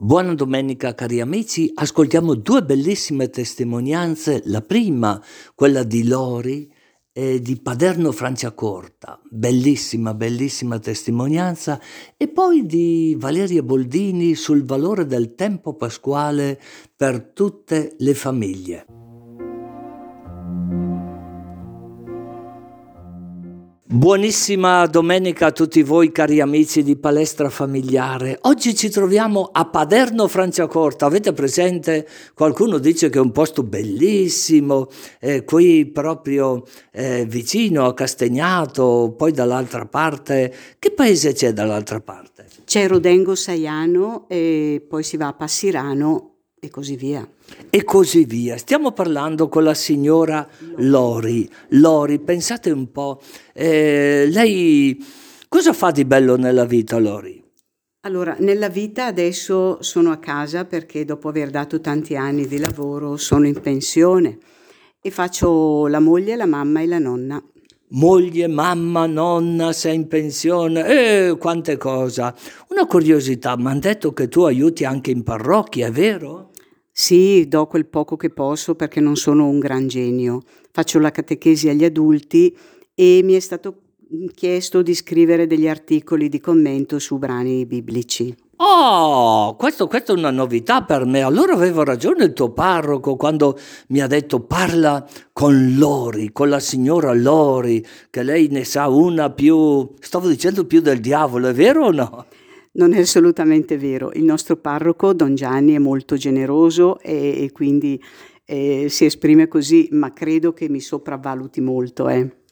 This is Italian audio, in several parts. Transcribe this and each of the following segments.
Buona domenica cari amici, ascoltiamo due bellissime testimonianze, la prima quella di Lori e di Paderno Franciacorta, bellissima, bellissima testimonianza, e poi di Valeria Boldini sul valore del tempo pasquale per tutte le famiglie. Buonissima domenica a tutti voi cari amici di Palestra Familiare. Oggi ci troviamo a Paderno Franciacorta. Avete presente? Qualcuno dice che è un posto bellissimo, qui proprio vicino a Castagnato, poi dall'altra parte. Che paese c'è dall'altra parte? C'è Rodengo Saiano e poi si va a Passirano e così via. E così via. Stiamo parlando con la signora Lori. Lori, pensate un po', lei cosa fa di bello nella vita, Lori? Allora, nella vita adesso sono a casa perché dopo aver dato tanti anni di lavoro sono in pensione e faccio la moglie, la mamma e la nonna. Moglie, mamma, nonna, sei in pensione, quante cose. Una curiosità, mi hanno detto che tu aiuti anche in parrocchia, è vero? Sì, do quel poco che posso perché non sono un gran genio. Faccio la catechesi agli adulti e mi è stato chiesto di scrivere degli articoli di commento su brani biblici. Oh, questo è una novità per me. Allora avevo ragione il tuo parroco quando mi ha detto parla con Lori, con la signora Lori, che lei ne sa una più, stavo dicendo più del diavolo, è vero o no? Non è assolutamente vero. Il nostro parroco, Don Gianni, è molto generoso e quindi si esprime così, ma credo che mi sopravvaluti molto.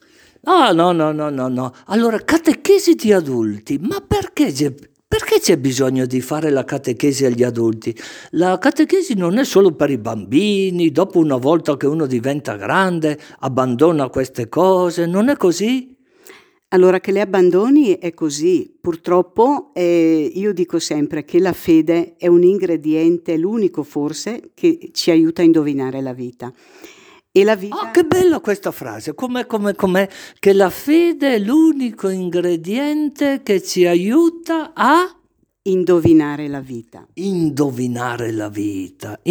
No. Allora, catechesi di adulti, ma perché c'è bisogno di fare la catechesi agli adulti? La catechesi non è solo per i bambini, dopo una volta che uno diventa grande, abbandona queste cose, non è così? Allora, che le abbandoni è così. Purtroppo io dico sempre che la fede è un ingrediente, l'unico forse, che ci aiuta a indovinare la vita. E la vita... Oh, che bella questa frase, com'è, che la fede è l'unico ingrediente che ci aiuta a... indovinare la vita. Indovinare la vita.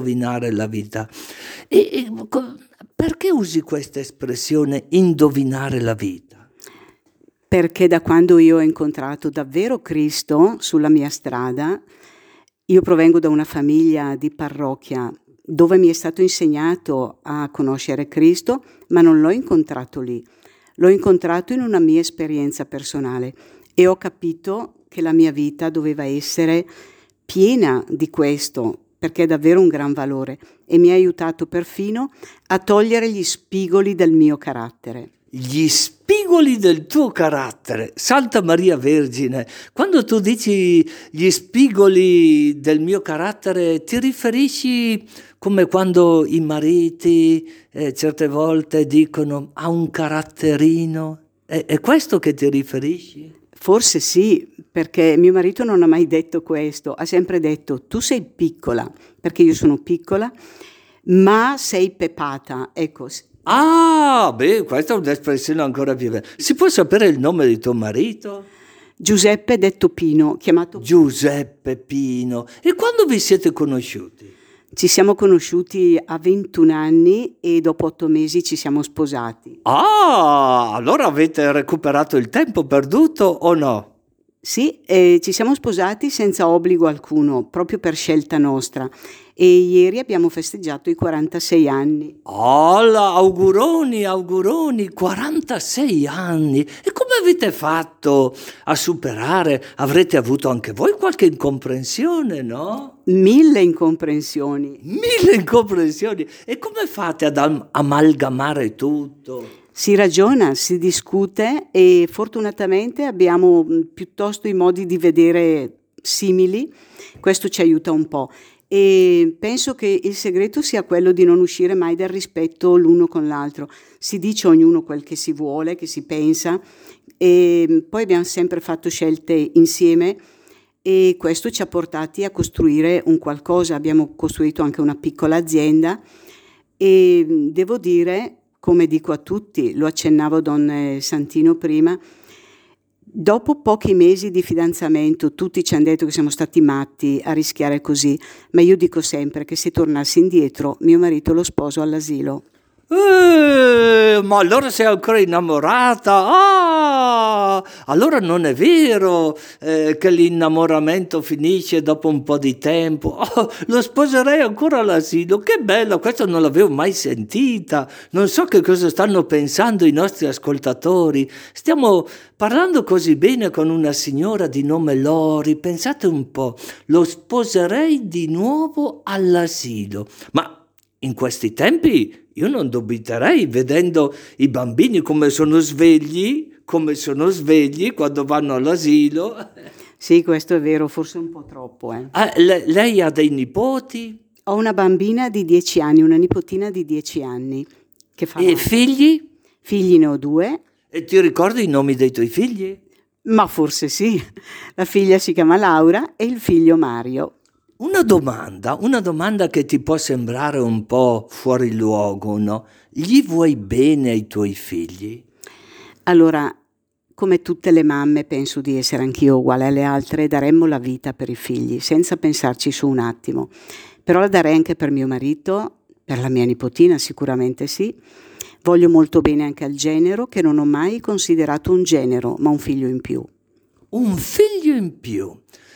Perché usi questa espressione indovinare la vita? Perché da quando io ho incontrato davvero Cristo sulla mia strada, io provengo da una famiglia di parrocchia dove mi è stato insegnato a conoscere Cristo, ma non l'ho incontrato lì. L'ho incontrato in una mia esperienza personale e ho capito che la mia vita doveva essere piena di questo, perché è davvero un gran valore e mi ha aiutato perfino a togliere gli spigoli del mio carattere. Gli spigoli del tuo carattere, Santa Maria Vergine, quando tu dici gli spigoli del mio carattere, ti riferisci come quando i mariti certe volte dicono ha un caratterino? È questo che ti riferisci? Forse sì, perché mio marito non ha mai detto questo, ha sempre detto tu sei piccola, perché io sono piccola, ma sei pepata, ecco. Ah, beh, questa è un'espressione ancora più bella. Si può sapere il nome di tuo marito? Giuseppe detto Pino, chiamato... Giuseppe Pino. E quando vi siete conosciuti? Ci siamo conosciuti a 21 anni e dopo 8 mesi ci siamo sposati. Ah, allora avete recuperato il tempo perduto o no? Sì, ci siamo sposati senza obbligo alcuno, proprio per scelta nostra. E ieri abbiamo festeggiato i 46 anni. Auguroni, 46 anni. E come avete fatto a superare? Avrete avuto anche voi qualche incomprensione, no? 1000 incomprensioni. 1000 incomprensioni. E come fate ad amalgamare tutto? Si ragiona, si discute e fortunatamente abbiamo piuttosto i modi di vedere simili. Questo ci aiuta un po'. E penso che il segreto sia quello di non uscire mai dal rispetto l'uno con l'altro. Si dice ognuno quel che si vuole, che si pensa, e poi abbiamo sempre fatto scelte insieme e questo ci ha portati a costruire un qualcosa. Abbiamo costruito anche una piccola azienda e devo dire, come dico a tutti, lo accennavo Don Santino prima, Dopo pochi mesi di fidanzamento tutti ci hanno detto che siamo stati matti a rischiare così, ma io dico sempre che se tornassi indietro mio marito lo sposo all'asilo. Ma allora sei ancora innamorata? Ah, allora non è vero che l'innamoramento finisce dopo un po' di tempo. Oh, lo sposerei ancora all'asilo. Che bello, questo non l'avevo mai sentita. Non so che cosa stanno pensando i nostri ascoltatori. Stiamo parlando così bene con una signora di nome Lori. Pensate un po', lo sposerei di nuovo all'asilo. Ma in questi tempi io non dubiterei vedendo i bambini come sono svegli quando vanno all'asilo. Sì, questo è vero, forse un po' troppo. Lei ha dei nipoti? Ho una bambina di 10 anni, una nipotina di 10 anni. Che fa? E figli? Figli ne ho 2. E ti ricordi i nomi dei tuoi figli? Ma forse sì. La figlia si chiama Laura e il figlio Mario. Una domanda che ti può sembrare un po' fuori luogo, no? Gli vuoi bene ai tuoi figli? Allora, come tutte le mamme, penso di essere anch'io uguale alle altre, daremmo la vita per i figli, senza pensarci su un attimo. Però la darei anche per mio marito, per la mia nipotina sicuramente sì. Voglio molto bene anche al genero, che non ho mai considerato un genero, ma un figlio in più. Un figlio in più?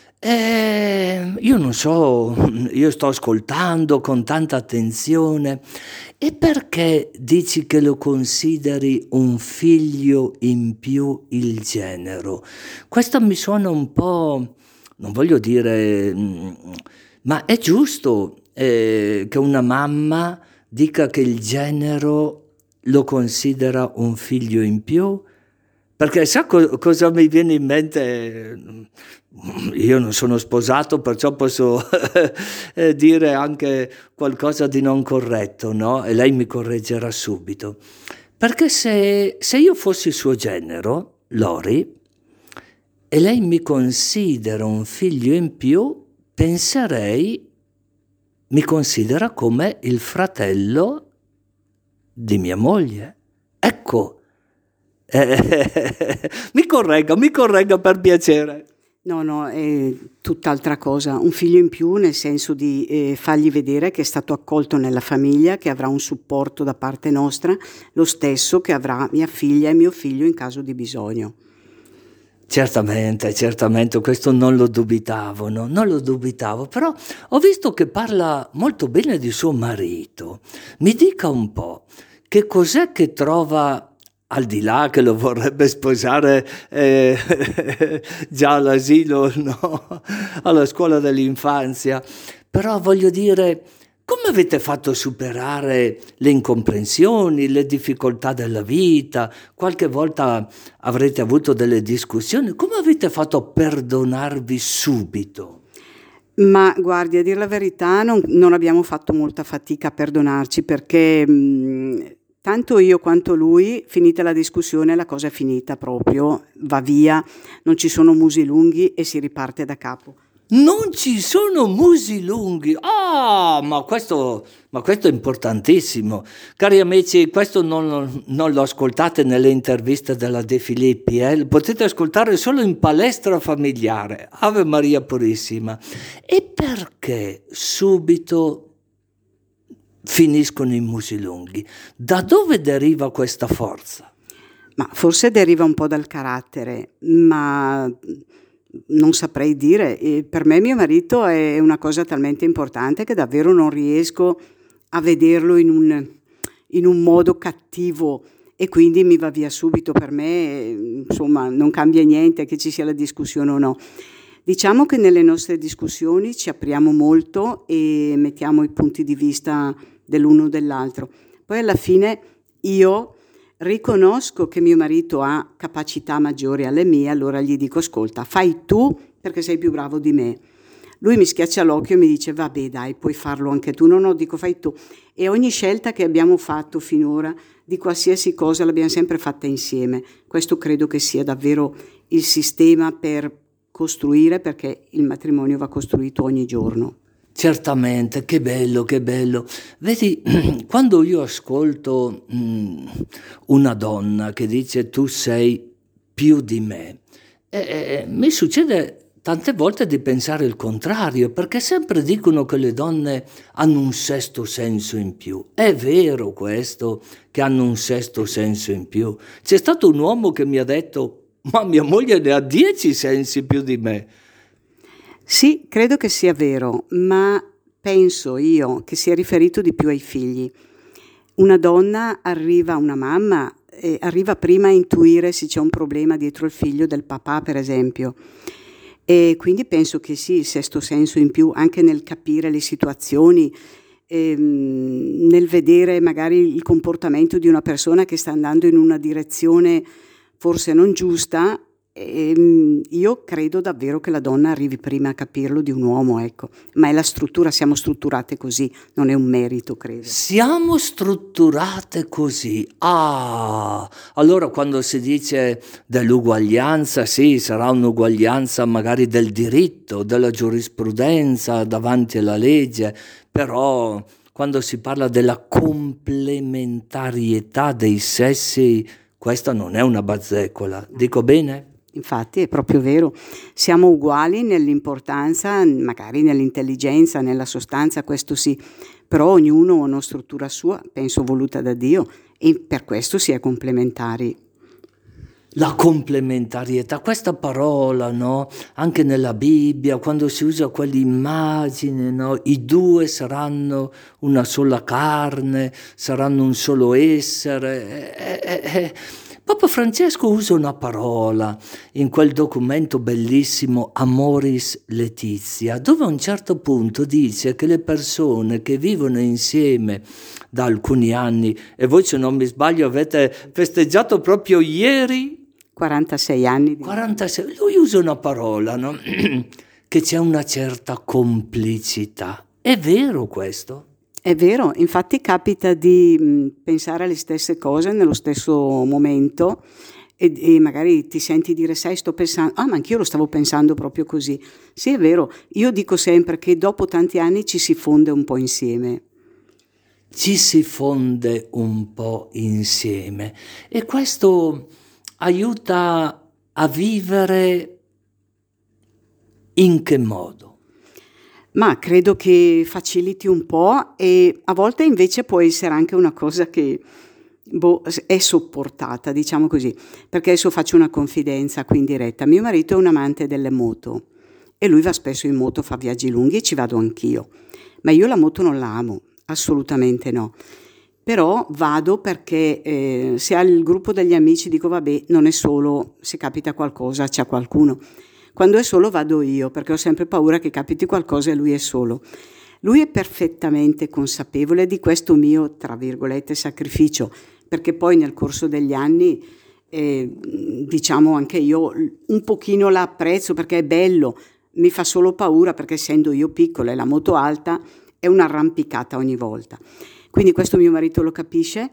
Io non so, io sto ascoltando con tanta attenzione. E perché dici che lo consideri un figlio in più il genero? Questo mi suona un po', non voglio dire, ma è giusto che una mamma dica che il genero lo considera un figlio in più? Perché sa cosa mi viene in mente? Io non sono sposato, perciò posso dire anche qualcosa di non corretto, no? E lei mi correggerà subito. Perché se io fossi suo genero, Lori, e lei mi considera un figlio in più, penserei, mi considera come il fratello di mia moglie. Ecco. Mi corregga per piacere. No, è tutt'altra cosa. Un figlio in più nel senso di fargli vedere che è stato accolto nella famiglia, che avrà un supporto da parte nostra, lo stesso che avrà mia figlia e mio figlio in caso di bisogno. Certamente, questo non lo dubitavo, no? Non lo dubitavo, però ho visto che parla molto bene di suo marito. Mi dica un po', che cos'è che trova, al di là che lo vorrebbe sposare già all'asilo, no? Alla scuola dell'infanzia, però voglio dire, come avete fatto a superare le incomprensioni, le difficoltà della vita? Qualche volta avrete avuto delle discussioni, come avete fatto a perdonarvi subito? Ma guardi, a dire la verità non abbiamo fatto molta fatica a perdonarci perché tanto io quanto lui, finita la discussione, la cosa è finita proprio, va via, non ci sono musi lunghi e si riparte da capo. Non ci sono musi lunghi. Ma questo è importantissimo. Cari amici, questo non lo ascoltate nelle interviste della De Filippi, potete ascoltare solo in Palestra Familiare. Ave Maria Purissima. E perché subito finiscono i musi lunghi? Da dove deriva questa forza? Ma forse deriva un po' dal carattere, ma non saprei dire. Per me mio marito è una cosa talmente importante che davvero non riesco a vederlo in un modo cattivo e quindi mi va via subito. Per me, insomma, non cambia niente che ci sia la discussione o no. Diciamo che nelle nostre discussioni ci apriamo molto e mettiamo i punti di vista dell'uno o dell'altro. Poi alla fine io riconosco che mio marito ha capacità maggiori alle mie, allora gli dico: ascolta, fai tu perché sei più bravo di me. Lui mi schiaccia l'occhio e mi dice: vabbè dai, puoi farlo anche tu. No, dico fai tu. E ogni scelta che abbiamo fatto finora di qualsiasi cosa l'abbiamo sempre fatta insieme. Questo credo che sia davvero il sistema per costruire, perché il matrimonio va costruito ogni giorno. Certamente, che bello. Vedi, quando io ascolto una donna che dice tu sei più di me, Mi succede tante volte di pensare il contrario, perché sempre dicono che le donne hanno un sesto senso in più. È vero questo, che hanno un sesto senso in più? C'è stato un uomo che mi ha detto: ma mia moglie ne ha 10 sensi più di me. Sì, credo che sia vero, ma penso io che sia riferito di più ai figli. Una donna una mamma, arriva prima a intuire se c'è un problema dietro il figlio del papà, per esempio. E quindi penso che sì, il sesto senso in più anche nel capire le situazioni, nel vedere magari il comportamento di una persona che sta andando in una direzione forse non giusta. Io credo davvero che la donna arrivi prima a capirlo di un uomo, ecco. Ma è la struttura, siamo strutturate così, non è un merito, credo. Siamo strutturate così. Allora quando si dice dell'uguaglianza, sì, sarà un'uguaglianza magari del diritto, della giurisprudenza davanti alla legge, però quando si parla della complementarietà dei sessi, questa non è una bazzecola, dico bene? Infatti è proprio vero, siamo uguali nell'importanza, magari nell'intelligenza, nella sostanza, questo sì, però ognuno ha una struttura sua, penso voluta da Dio, e per questo si è complementari. La complementarietà, questa parola, no? Anche nella Bibbia, quando si usa quell'immagine, no? I due saranno una sola carne, saranno un solo essere. Papa Francesco usa una parola in quel documento bellissimo Amoris Laetitia, dove a un certo punto dice che le persone che vivono insieme da alcuni anni, e voi se non mi sbaglio avete festeggiato proprio ieri 46 anni. 46, lui usa una parola, no? Che c'è una certa complicità. È vero questo? È vero, infatti capita di pensare alle stesse cose nello stesso momento e magari ti senti dire, sai, sto pensando, ma anch'io lo stavo pensando proprio così. Sì, è vero, io dico sempre che dopo tanti anni ci si fonde un po' insieme. Ci si fonde un po' insieme e questo aiuta a vivere in che modo? Ma credo che faciliti un po' e a volte invece può essere anche una cosa che è sopportata, diciamo così, perché adesso faccio una confidenza qui in diretta. Mio marito è un amante delle moto e lui va spesso in moto, fa viaggi lunghi e ci vado anch'io, ma io la moto non la amo, assolutamente no. Però vado perché se ha il gruppo degli amici dico vabbè, non è solo, se capita qualcosa c'è qualcuno. Quando è solo vado io, perché ho sempre paura che capiti qualcosa e lui è solo. Lui è perfettamente consapevole di questo mio, tra virgolette, sacrificio, perché poi nel corso degli anni, diciamo anche io un pochino la apprezzo perché è bello, mi fa solo paura perché essendo io piccola e la moto alta è un'arrampicata ogni volta. Quindi questo mio marito lo capisce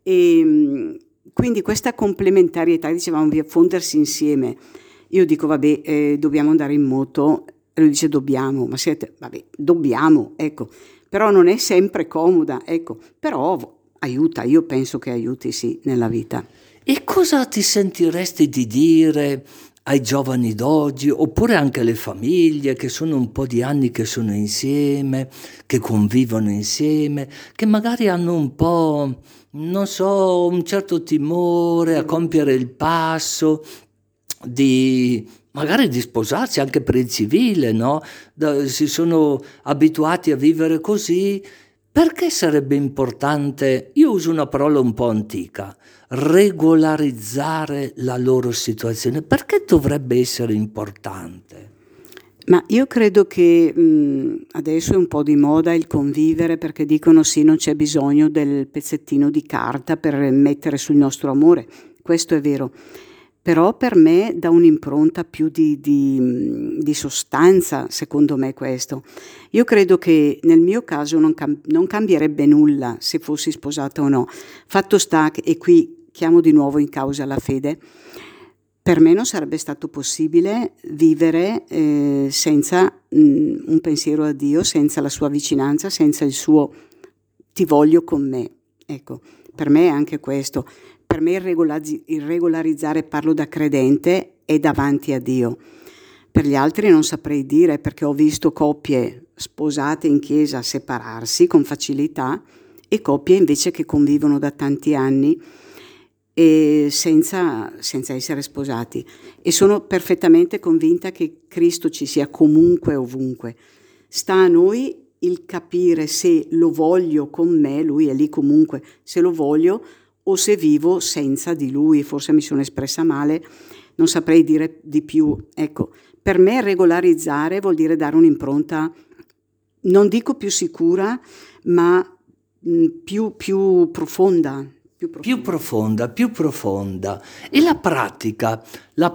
e quindi questa complementarietà, dicevamo, di fondersi insieme. Io dico, vabbè, dobbiamo andare in moto, e lui dice, dobbiamo, ma siete, vabbè, dobbiamo, ecco, però non è sempre comoda, ecco, però aiuta, io penso che aiuti, sì, nella vita. E cosa ti sentiresti di dire ai giovani d'oggi, oppure anche alle famiglie che sono un po' di anni che sono insieme, che convivono insieme, che magari hanno un po', non so, un certo timore a compiere il passo, magari di sposarsi anche per il civile, no? Si sono abituati a vivere così. Perché sarebbe importante, io uso una parola un po' antica, regolarizzare la loro situazione? Perché dovrebbe essere importante? Ma io credo che adesso è un po' di moda il convivere perché dicono sì, non c'è bisogno del pezzettino di carta per mettere sul nostro amore, questo è vero. Però per me dà un'impronta più di sostanza, secondo me questo. Io credo che nel mio caso non cambierebbe nulla se fossi sposata o no. Fatto sta che, e qui chiamo di nuovo in causa la fede, per me non sarebbe stato possibile vivere senza un pensiero a Dio, senza la sua vicinanza, senza il suo ti voglio con me. Ecco, per me è anche questo. Per me il regolarizzare, parlo da credente, è davanti a Dio. Per gli altri non saprei dire, perché ho visto coppie sposate in chiesa separarsi con facilità e coppie invece che convivono da tanti anni e senza essere sposati. E sono perfettamente convinta che Cristo ci sia comunque ovunque. Sta a noi il capire se lo voglio con me, lui è lì comunque, se lo voglio o se vivo senza di lui. Forse mi sono espressa male, non saprei dire di più. Ecco, per me regolarizzare vuol dire dare un'impronta, non dico più sicura, ma più profonda. Più profonda. E la pratica,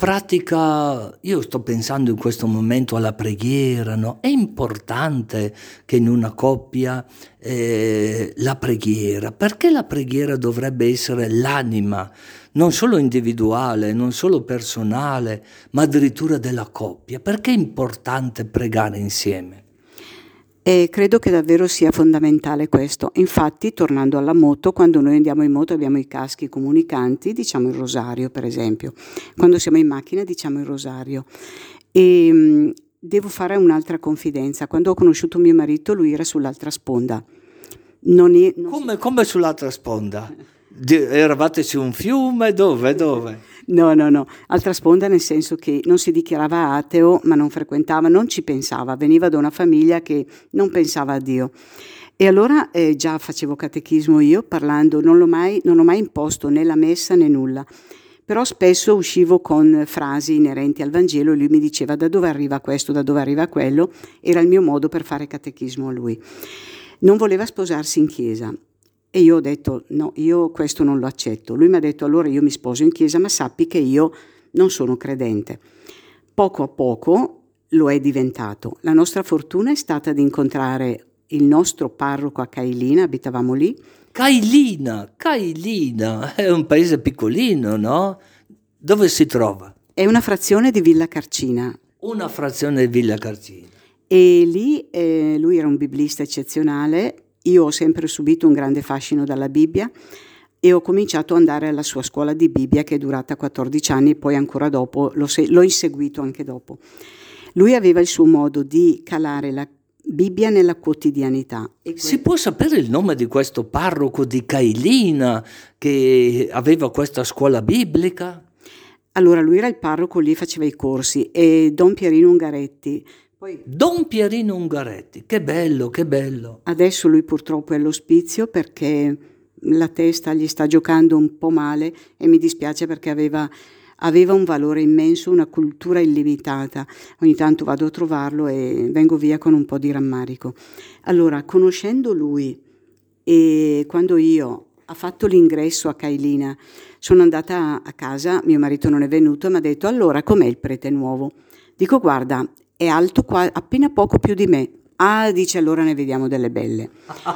io sto pensando in questo momento alla preghiera, no? È importante che in una coppia la preghiera, perché la preghiera dovrebbe essere l'anima, non solo individuale, non solo personale, ma addirittura della coppia. Perché è importante pregare insieme? E credo che davvero sia fondamentale questo. Infatti, tornando alla moto, quando noi andiamo in moto abbiamo i caschi comunicanti, diciamo il rosario per esempio. Quando siamo in macchina diciamo il rosario. E devo fare un'altra confidenza. Quando ho conosciuto mio marito, lui era sull'altra sponda. Come sull'altra sponda? Eravate su un fiume? Dove? No, altra sponda nel senso che non si dichiarava ateo, ma non frequentava, non ci pensava, veniva da una famiglia che non pensava a Dio. E allora già facevo catechismo io, parlando, non ho mai imposto né la messa né nulla, però spesso uscivo con frasi inerenti al Vangelo e lui mi diceva da dove arriva questo, da dove arriva quello, era il mio modo per fare catechismo a lui. Non voleva sposarsi in chiesa. E io ho detto no, io questo non lo accetto. Lui mi ha detto allora io mi sposo in chiesa, ma sappi che io non sono credente. Poco a poco lo è diventato. La nostra fortuna è stata di incontrare il nostro parroco a Cailina, abitavamo lì. Cailina, è un paese piccolino, no? Dove si trova? È una frazione di Villa Carcina. Una frazione di Villa Carcina. E lì lui era un biblista eccezionale. Io ho sempre subito un grande fascino dalla Bibbia e ho cominciato ad andare alla sua scuola di Bibbia che è durata 14 anni e poi ancora dopo l'ho inseguito anche dopo. Lui aveva il suo modo di calare la Bibbia nella quotidianità. Si può sapere il nome di questo parroco di Cailina che aveva questa scuola biblica? Allora lui era il parroco lì, faceva i corsi e Don Pierino Ungaretti. Don Pierino Ungaretti, che bello. Adesso lui purtroppo è all'ospizio perché la testa gli sta giocando un po' male e mi dispiace perché aveva un valore immenso, una cultura illimitata. Ogni tanto vado a trovarlo e vengo via con un po' di rammarico. Allora, conoscendo lui e quando io ho fatto l'ingresso a Cailina, sono andata a casa, mio marito non è venuto e mi ha detto allora com'è il prete nuovo? Dico guarda, è alto qua, appena poco più di me. Ah, dice, allora ne vediamo delle belle.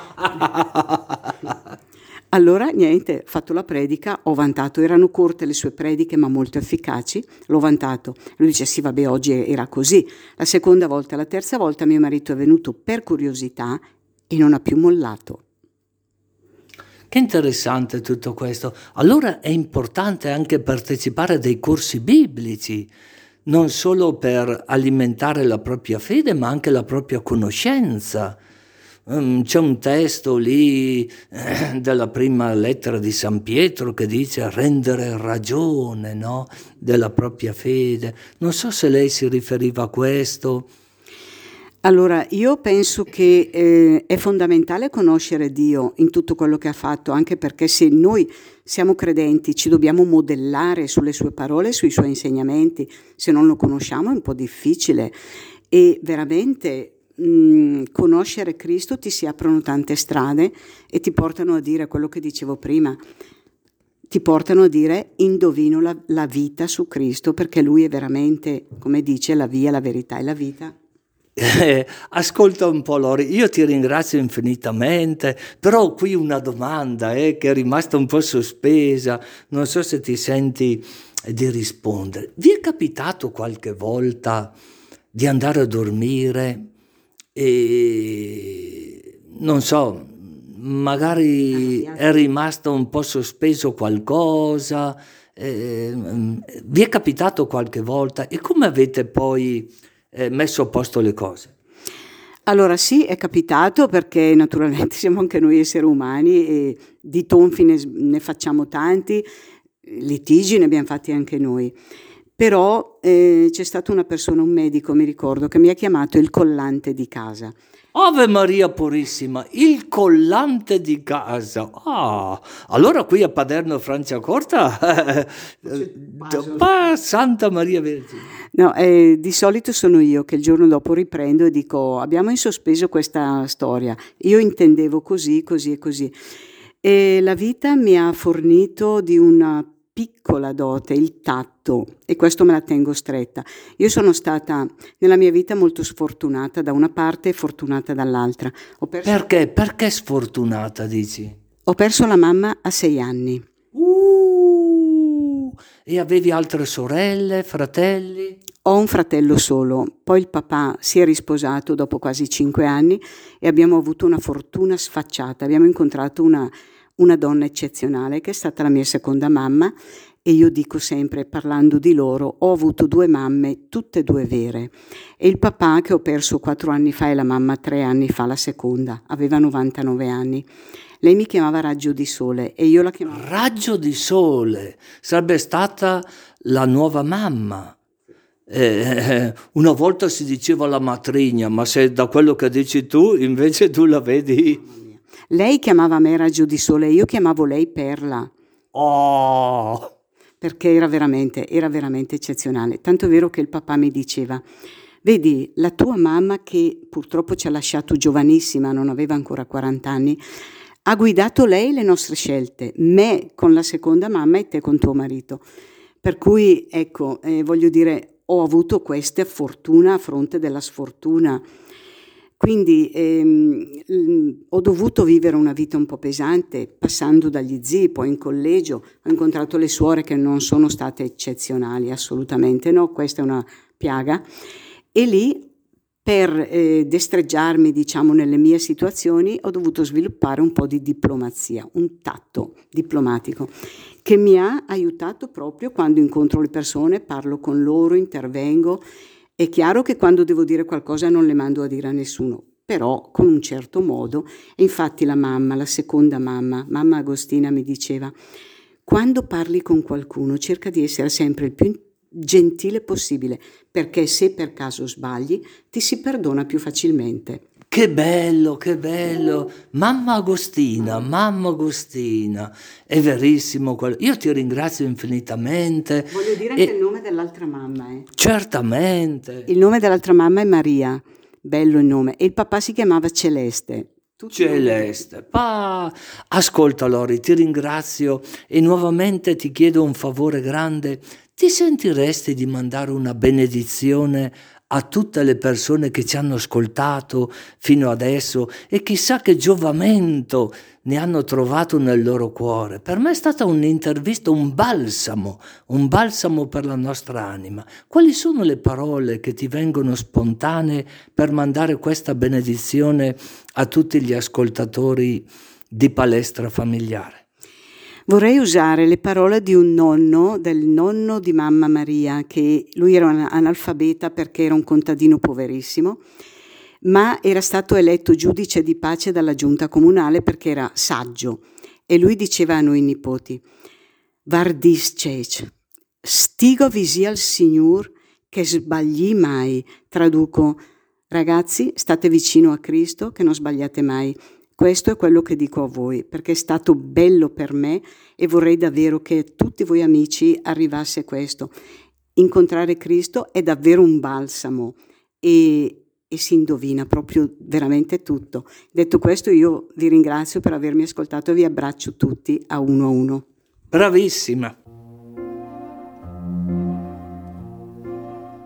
Allora, niente, ho fatto la predica, ho vantato, erano corte le sue prediche ma molto efficaci, l'ho vantato. Lui dice, sì vabbè, oggi era così. La seconda volta, la terza volta mio marito è venuto per curiosità e non ha più mollato. Che interessante tutto questo. Allora è importante anche partecipare a dei corsi biblici, non solo per alimentare la propria fede, ma anche la propria conoscenza. C'è un testo lì della prima lettera di San Pietro che dice rendere ragione, no? Della propria fede. Non so se lei si riferiva a questo. Allora, io penso che è fondamentale conoscere Dio in tutto quello che ha fatto, anche perché se noi siamo credenti ci dobbiamo modellare sulle sue parole, sui suoi insegnamenti. Se non lo conosciamo è un po' difficile e veramente conoscere Cristo ti si aprono tante strade e ti portano a dire quello che dicevo prima. Ti portano a dire indovino la vita su Cristo perché Lui è veramente, come dice, la via, la verità e la vita. Ascolta un po' Lori, io ti ringrazio infinitamente, però ho qui una domanda che è rimasta un po' sospesa, non so se ti senti di rispondere. Vi è capitato qualche volta di andare a dormire e non so, magari è rimasto un po' sospeso qualcosa Vi è capitato qualche volta? E come avete poi messo a posto le cose? Allora sì, è capitato perché naturalmente siamo anche noi esseri umani e di tonfi ne facciamo tanti, litigi ne abbiamo fatti anche noi. Però c'è stata una persona, un medico, mi ricordo, che mi ha chiamato il collante di casa. Ave Maria Purissima, il collante di casa. Ah, allora qui a Paderno Franciacorta, Santa Maria Vergine. No, di solito sono io che il giorno dopo riprendo e dico abbiamo in sospeso questa storia. Io intendevo così, così e così. E la vita mi ha fornito di una piccola dote, il tatto, e questo me la tengo stretta. Io sono stata nella mia vita molto sfortunata da una parte e fortunata dall'altra. Perché? Perché sfortunata, dici? Ho perso la mamma a 6 anni. E avevi altre sorelle, fratelli? Ho un fratello solo, poi il papà si è risposato dopo quasi 5 anni e abbiamo avuto una fortuna sfacciata. Abbiamo incontrato una donna eccezionale che è stata la mia seconda mamma e io dico sempre, parlando di loro, ho avuto 2 mamme, tutte e 2 vere. E il papà che ho perso 4 anni fa e la mamma 3 anni fa, la seconda, aveva 99 anni. Lei mi chiamava Raggio di Sole e io la chiamavo... Raggio di Sole, sarebbe stata la nuova mamma. Una volta si diceva la matrigna, ma se da quello che dici tu, invece tu la vedi... Lei chiamava me Raggio di Sole e io chiamavo lei Perla. Oh! Perché era veramente eccezionale. Tanto è vero che il papà mi diceva, vedi, la tua mamma che purtroppo ci ha lasciato giovanissima, non aveva ancora 40 anni, ha guidato lei le nostre scelte, me con la seconda mamma e te con tuo marito. Per cui, ecco, voglio dire, ho avuto questa fortuna a fronte della sfortuna. Quindi ho dovuto vivere una vita un po' pesante, passando dagli zii, poi in collegio, ho incontrato le suore che non sono state eccezionali, assolutamente no, questa è una piaga. E lì, per destreggiarmi, diciamo, nelle mie situazioni, ho dovuto sviluppare un po' di diplomazia, un tatto diplomatico, che mi ha aiutato proprio quando incontro le persone, parlo con loro, intervengo. È chiaro che quando devo dire qualcosa non le mando a dire a nessuno, però con un certo modo. E infatti la mamma, la seconda mamma Agostina mi diceva, quando parli con qualcuno cerca di essere sempre il più gentile possibile, perché se per caso sbagli ti si perdona più facilmente. Che bello, che bello. Mamma Agostina, è verissimo quello. Io ti ringrazio infinitamente. Voglio dire anche il nome dell'altra mamma. Certamente. Il nome dell'altra mamma è Maria, bello il nome, e il papà si chiamava Celeste. Celeste. Ascolta Lori, ti ringrazio e nuovamente ti chiedo un favore grande. Ti sentiresti di mandare una benedizione a tutte le persone che ci hanno ascoltato fino adesso e chissà che giovamento ne hanno trovato nel loro cuore? Per me è stata un'intervista, un balsamo per la nostra anima. Quali sono le parole che ti vengono spontanee per mandare questa benedizione a tutti gli ascoltatori di Palestra Familiare? Vorrei usare le parole di un nonno, del nonno di mamma Maria, che lui era un analfabeta perché era un contadino poverissimo, ma era stato eletto giudice di pace dalla giunta comunale perché era saggio. E lui diceva a noi nipoti, Vardis cec, stigo visi al Signor che sbagli mai. Traduco, ragazzi, state vicino a Cristo che non sbagliate mai. Questo è quello che dico a voi, perché è stato bello per me e vorrei davvero che a tutti voi amici arrivasse questo. Incontrare Cristo è davvero un balsamo e si indovina proprio veramente tutto. Detto questo, io vi ringrazio per avermi ascoltato e vi abbraccio tutti a uno. Bravissima!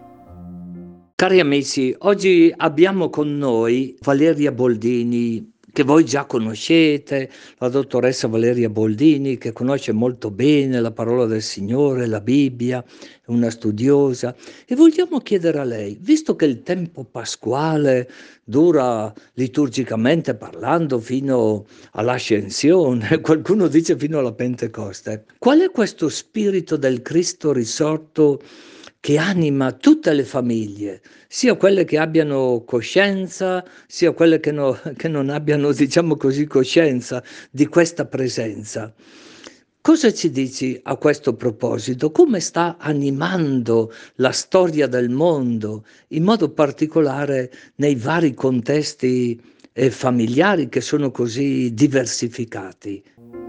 Cari amici, oggi abbiamo con noi Valeria Boldini, che voi già conoscete, la dottoressa Valeria Boldini, che conosce molto bene la parola del Signore, la Bibbia, è una studiosa, e vogliamo chiedere a lei, visto che il tempo pasquale dura liturgicamente parlando fino all'ascensione, qualcuno dice fino alla Pentecoste, qual è questo spirito del Cristo risorto che anima tutte le famiglie, sia quelle che abbiano coscienza, sia quelle che non abbiano, diciamo così, coscienza di questa presenza. Cosa ci dici a questo proposito? Come sta animando la storia del mondo, in modo particolare nei vari contesti, familiari che sono così diversificati?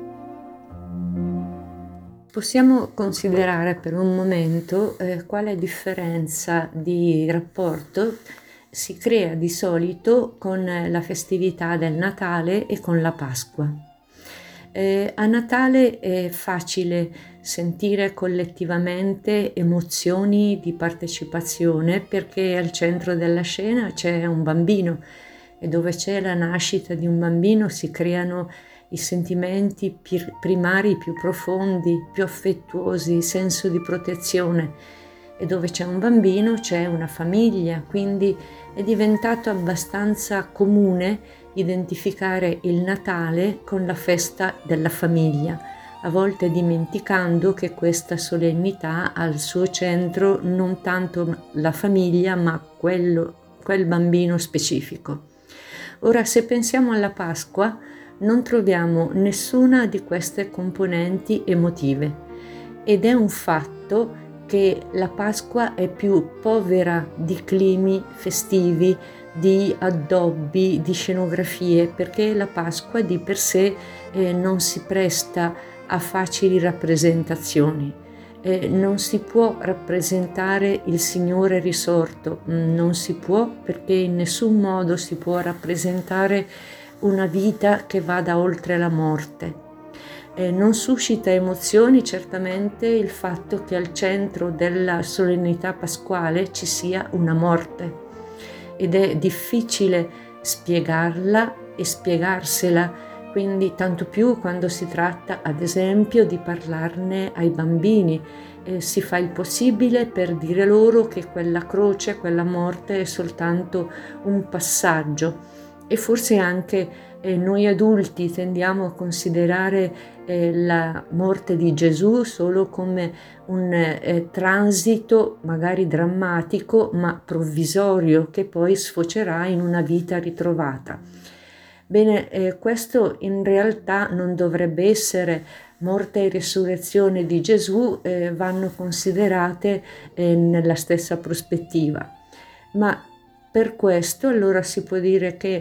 Possiamo considerare per un momento quale differenza di rapporto si crea di solito con la festività del Natale e con la Pasqua. A Natale è facile sentire collettivamente emozioni di partecipazione perché al centro della scena c'è un bambino e dove c'è la nascita di un bambino si creano i sentimenti primari più profondi, più affettuosi, senso di protezione. E dove c'è un bambino c'è una famiglia, quindi è diventato abbastanza comune identificare il Natale con la festa della famiglia, a volte dimenticando che questa solennità ha al suo centro non tanto la famiglia ma quel bambino specifico. Ora, se pensiamo alla Pasqua, non troviamo nessuna di queste componenti emotive ed è un fatto che la Pasqua è più povera di climi festivi, di addobbi, di scenografie, perché la Pasqua di per sé non si presta a facili rappresentazioni. Non si può rappresentare il Signore risorto, non si può perché in nessun modo si può rappresentare una vita che vada oltre la morte. Non suscita emozioni certamente il fatto che al centro della solennità pasquale ci sia una morte ed è difficile spiegarla e spiegarsela, quindi tanto più quando si tratta ad esempio di parlarne ai bambini. Si fa il possibile per dire loro che quella croce, quella morte è soltanto un passaggio. E forse anche noi adulti tendiamo a considerare la morte di Gesù solo come un transito magari drammatico ma provvisorio che poi sfocerà in una vita ritrovata. Bene, questo in realtà non dovrebbe essere. Morte e risurrezione di Gesù vanno considerate nella stessa prospettiva, ma per questo allora si può dire che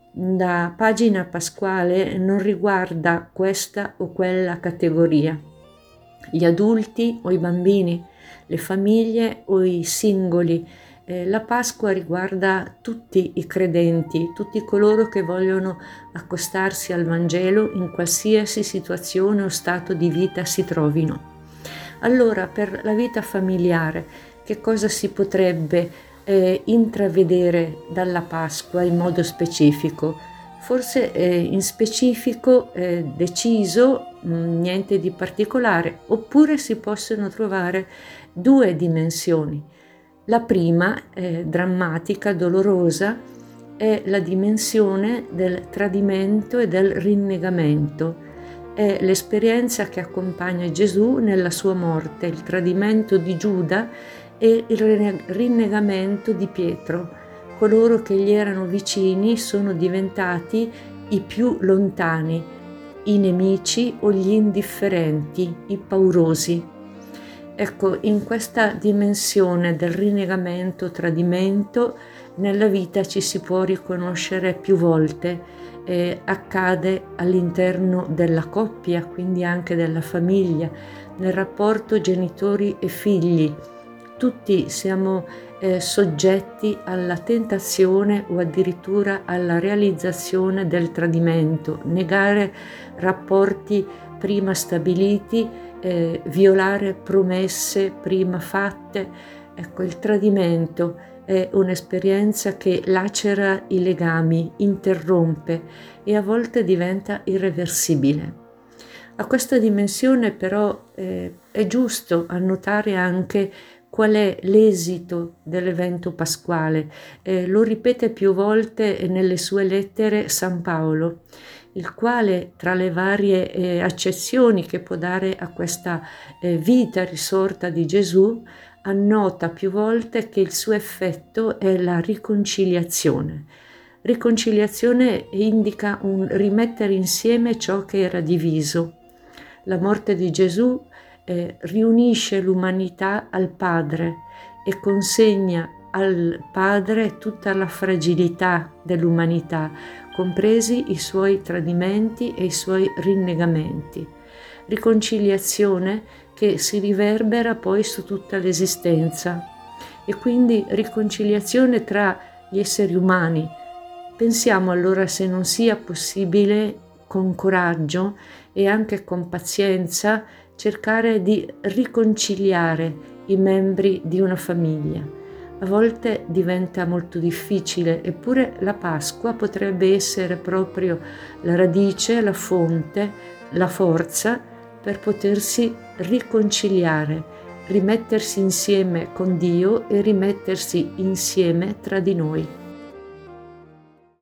la pagina pasquale non riguarda questa o quella categoria, gli adulti o i bambini, le famiglie o i singoli. La Pasqua riguarda tutti i credenti, tutti coloro che vogliono accostarsi al Vangelo in qualsiasi situazione o stato di vita si trovino. Allora, per la vita familiare, che cosa si potrebbe intravedere dalla Pasqua in modo specifico? Forse in specifico deciso, niente di particolare, oppure si possono trovare due dimensioni. La prima, drammatica, dolorosa, è la dimensione del tradimento e del rinnegamento. È l'esperienza che accompagna Gesù nella sua morte, il tradimento di Giuda e il rinnegamento di Pietro. Coloro che gli erano vicini sono diventati i più lontani, i nemici o gli indifferenti, i paurosi. Ecco, in questa dimensione del rinnegamento, tradimento, nella vita ci si può riconoscere più volte. Accade all'interno della coppia, quindi anche della famiglia, nel rapporto genitori e figli. Tutti siamo soggetti alla tentazione o addirittura alla realizzazione del tradimento, negare rapporti prima stabiliti, violare promesse prima fatte. Ecco, il tradimento è un'esperienza che lacera i legami, interrompe e a volte diventa irreversibile. A questa dimensione però è giusto annotare anche qual è l'esito dell'evento pasquale. Lo ripete più volte nelle sue lettere San Paolo, il quale tra le varie accezioni che può dare a questa vita risorta di Gesù annota più volte che il suo effetto è la riconciliazione. Riconciliazione indica un rimettere insieme ciò che era diviso. La morte di Gesù riunisce l'umanità al Padre e consegna al Padre tutta la fragilità dell'umanità, compresi i suoi tradimenti e i suoi rinnegamenti. Riconciliazione che si riverbera poi su tutta l'esistenza e quindi riconciliazione tra gli esseri umani. Pensiamo allora se non sia possibile con coraggio e anche con pazienza cercare di riconciliare i membri di una famiglia. A volte diventa molto difficile, eppure la Pasqua potrebbe essere proprio la radice, la fonte, la forza per potersi riconciliare, rimettersi insieme con Dio e rimettersi insieme tra di noi.